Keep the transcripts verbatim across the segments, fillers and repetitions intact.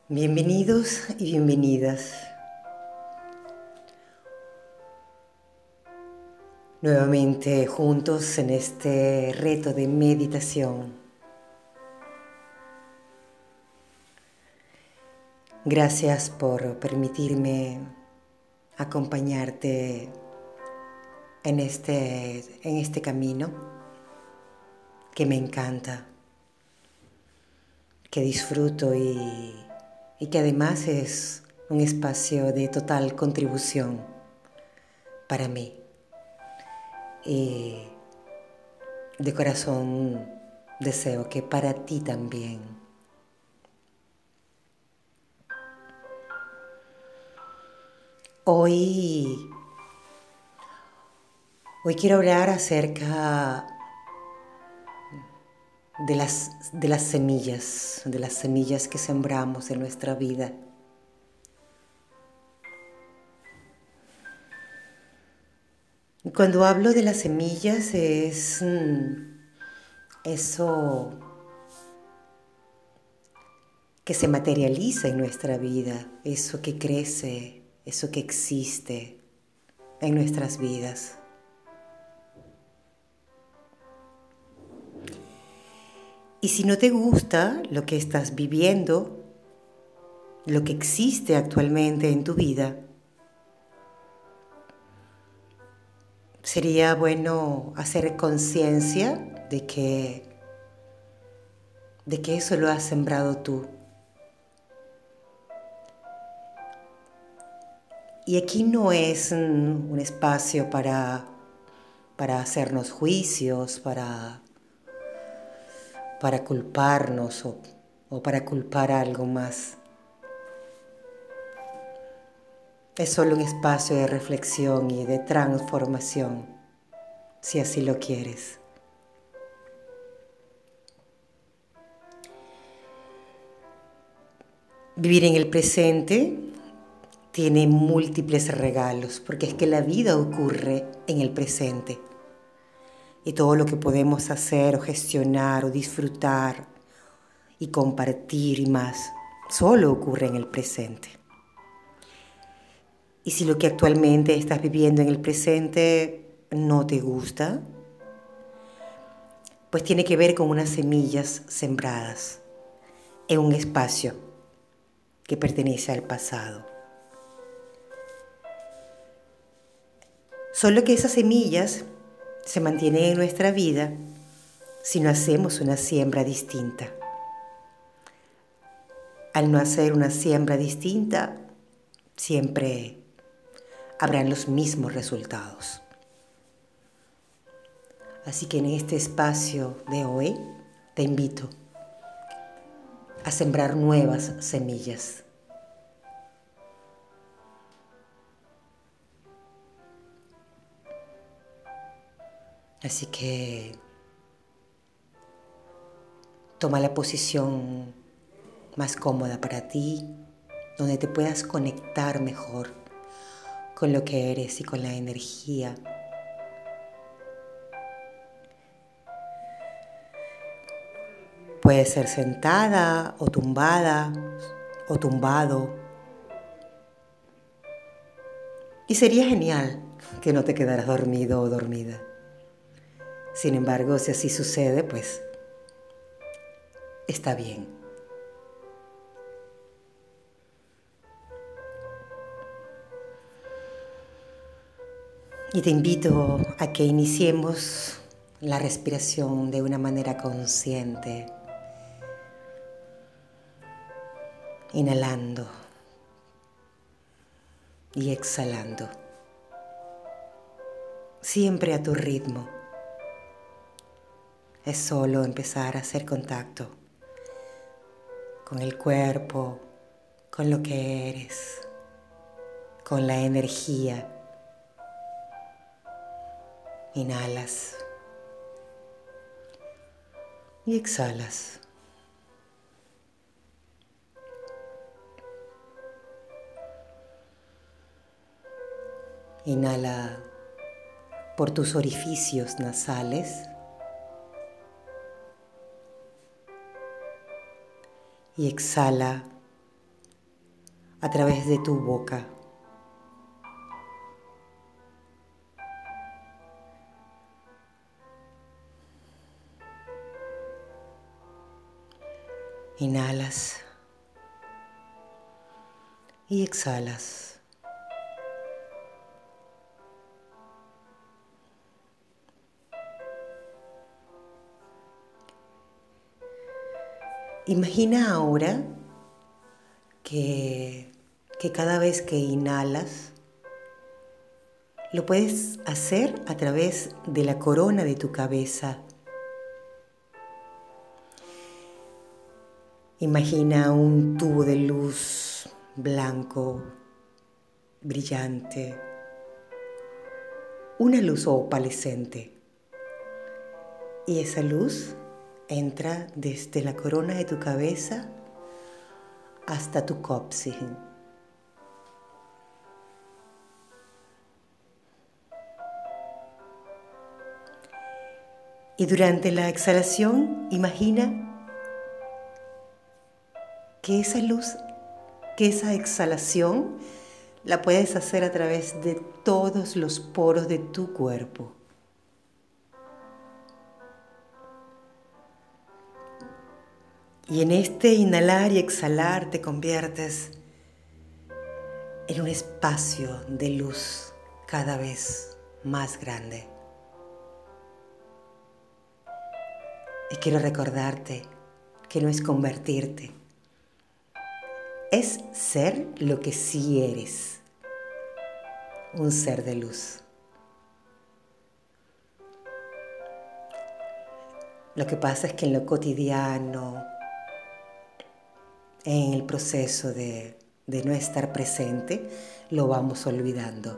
Bienvenidos y bienvenidas nuevamente juntos en este reto de meditación. Gracias por permitirme acompañarte en este, en este camino que me encanta, que disfruto y, y que además es un espacio de total contribución para mí. Y de corazón deseo que para ti también. Hoy, hoy quiero hablar acerca de las, de las semillas, de las semillas que sembramos en nuestra vida. Cuando hablo de las semillas es mm, eso que se materializa en nuestra vida, eso que crece, eso que existe en nuestras vidas. Y si no te gusta lo que estás viviendo, lo que existe actualmente en tu vida, sería bueno hacer conciencia de que, de que eso lo has sembrado tú. Y aquí no es un, un espacio para, para hacernos juicios, para, para culparnos o, o para culpar a algo más. Es solo un espacio de reflexión y de transformación, si así lo quieres. Vivir en el presente tiene múltiples regalos, porque es que la vida ocurre en el presente. Y todo lo que podemos hacer o gestionar o disfrutar y compartir y más, solo ocurre en el presente. Y si lo que actualmente estás viviendo en el presente no te gusta, pues tiene que ver con unas semillas sembradas en un espacio que pertenece al pasado. Solo que esas semillas se mantienen en nuestra vida si no hacemos una siembra distinta. Al no hacer una siembra distinta, siempre habrán los mismos resultados. Así que en este espacio de hoy te invito a sembrar nuevas semillas. Así que toma la posición más cómoda para ti, donde te puedas conectar mejor con lo que eres y con la energía. Puede ser sentada o tumbada o tumbado. Y sería genial que no te quedaras dormido o dormida. Sin embargo, si así sucede, pues está bien. Y te invito a que iniciemos la respiración de una manera consciente. Inhalando y exhalando. Siempre a tu ritmo. Es solo empezar a hacer contacto con el cuerpo, con lo que eres, con la energía. Inhalas y exhalas. Inhala por tus orificios nasales y exhala a través de tu boca. Inhalas y exhalas. Imagina ahora que, que cada vez que inhalas, lo puedes hacer a través de la corona de tu cabeza. Imagina un tubo de luz blanco, brillante, una luz opalescente. Y esa luz entra desde la corona de tu cabeza hasta tu coxis. Y durante la exhalación, imagina que esa luz, que esa exhalación, la puedes hacer a través de todos los poros de tu cuerpo. Y en este inhalar y exhalar te conviertes en un espacio de luz cada vez más grande. Y quiero recordarte que no es convertirte, es ser lo que sí eres, un ser de luz. Lo que pasa es que en lo cotidiano, en el proceso de, de no estar presente, lo vamos olvidando.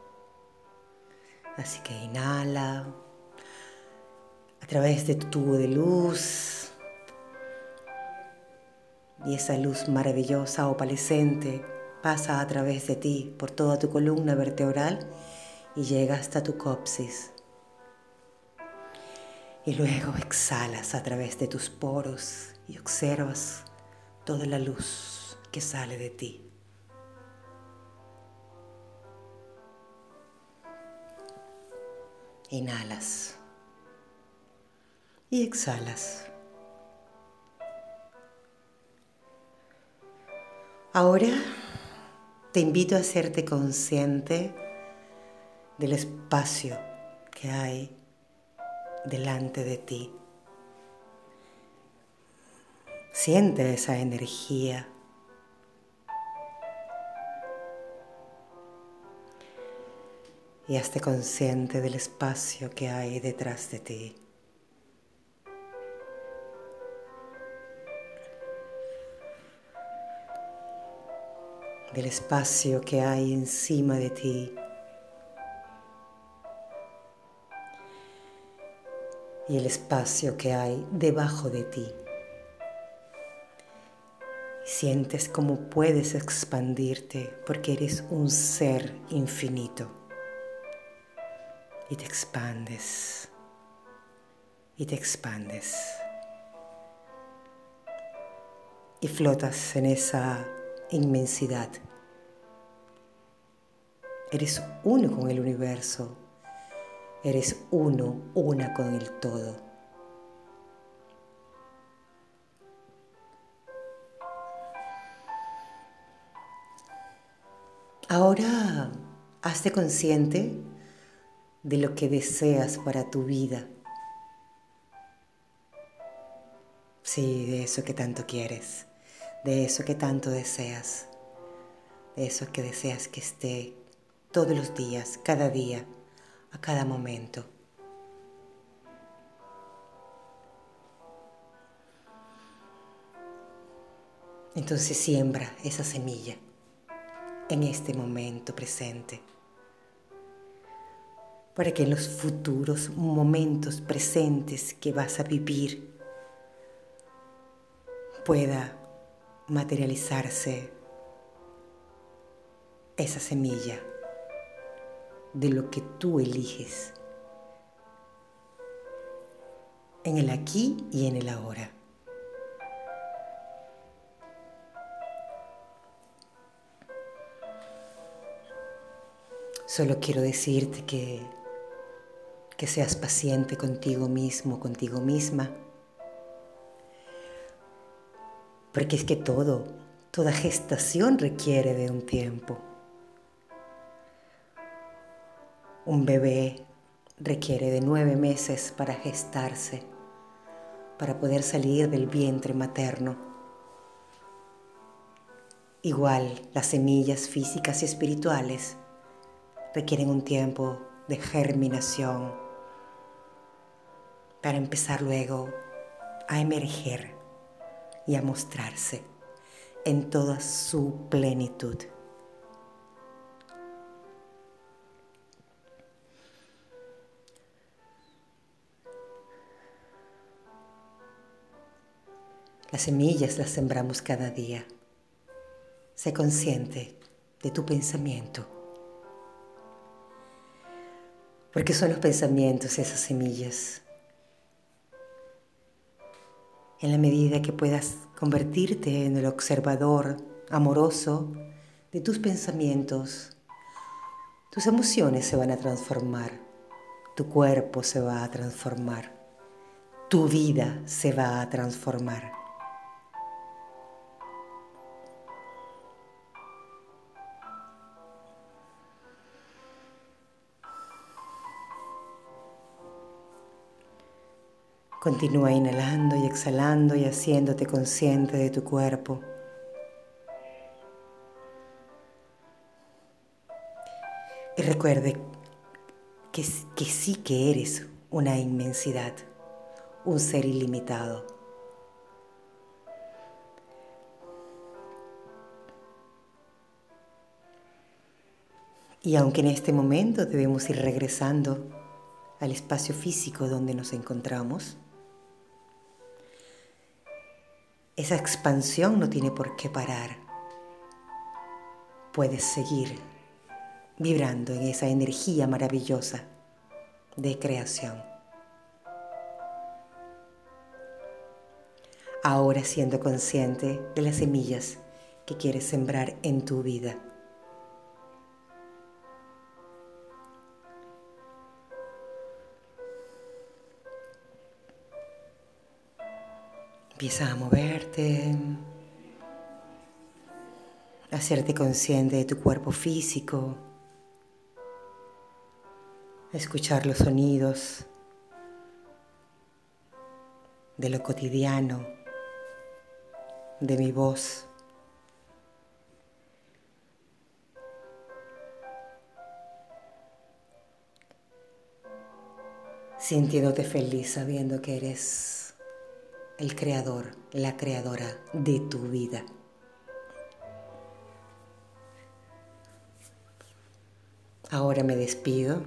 Así que inhala a través de tu tubo de luz y esa luz maravillosa opalescente pasa a través de ti por toda tu columna vertebral y llega hasta tu coxis. Y luego exhalas a través de tus poros y observas toda la luz que sale de ti. Inhalas y exhalas. Ahora te invito a hacerte consciente del espacio que hay delante de ti. Siente esa energía. Y hazte consciente del espacio que hay detrás de ti. Del espacio que hay encima de ti. Y el espacio que hay debajo de ti. Sientes cómo puedes expandirte porque eres un ser infinito. Y te expandes. Y te expandes. Y flotas en esa inmensidad. Eres uno con el universo. Eres uno, una con el todo. Ahora hazte consciente de lo que deseas para tu vida. Sí, de eso que tanto quieres, de eso que tanto deseas, de eso que deseas que esté todos los días, cada día, a cada momento. Entonces siembra esa semilla en este momento presente, para que en los futuros momentos presentes que vas a vivir pueda materializarse esa semilla de lo que tú eliges en el aquí y en el ahora. Solo quiero decirte que, que seas paciente contigo mismo, contigo misma, porque es que todo, toda gestación requiere de un tiempo. Un bebé requiere de nueve meses para gestarse, para poder salir del vientre materno. Igual, las semillas físicas y espirituales requieren un tiempo de germinación para empezar luego a emerger y a mostrarse en toda su plenitud. Las semillas las sembramos cada día. Sé consciente de tu pensamiento, porque son los pensamientos esas semillas. En la medida que puedas convertirte en el observador amoroso de tus pensamientos, tus emociones se van a transformar, tu cuerpo se va a transformar, tu vida se va a transformar. Continúa inhalando y exhalando y haciéndote consciente de tu cuerpo. Y recuerde que, que sí que eres una inmensidad, un ser ilimitado. Y aunque en este momento debemos ir regresando al espacio físico donde nos encontramos, esa expansión no tiene por qué parar. Puedes seguir vibrando en esa energía maravillosa de creación. Ahora siendo consciente de las semillas que quieres sembrar en tu vida. Empieza a moverte, a hacerte consciente de tu cuerpo físico, a escuchar los sonidos de lo cotidiano, de mi voz. Sintiéndote feliz sabiendo que eres el creador, la creadora de tu vida. Ahora me despido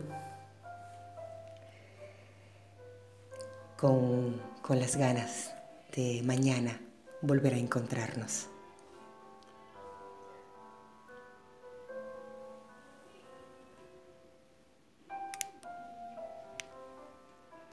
con, con las ganas de mañana volver a encontrarnos.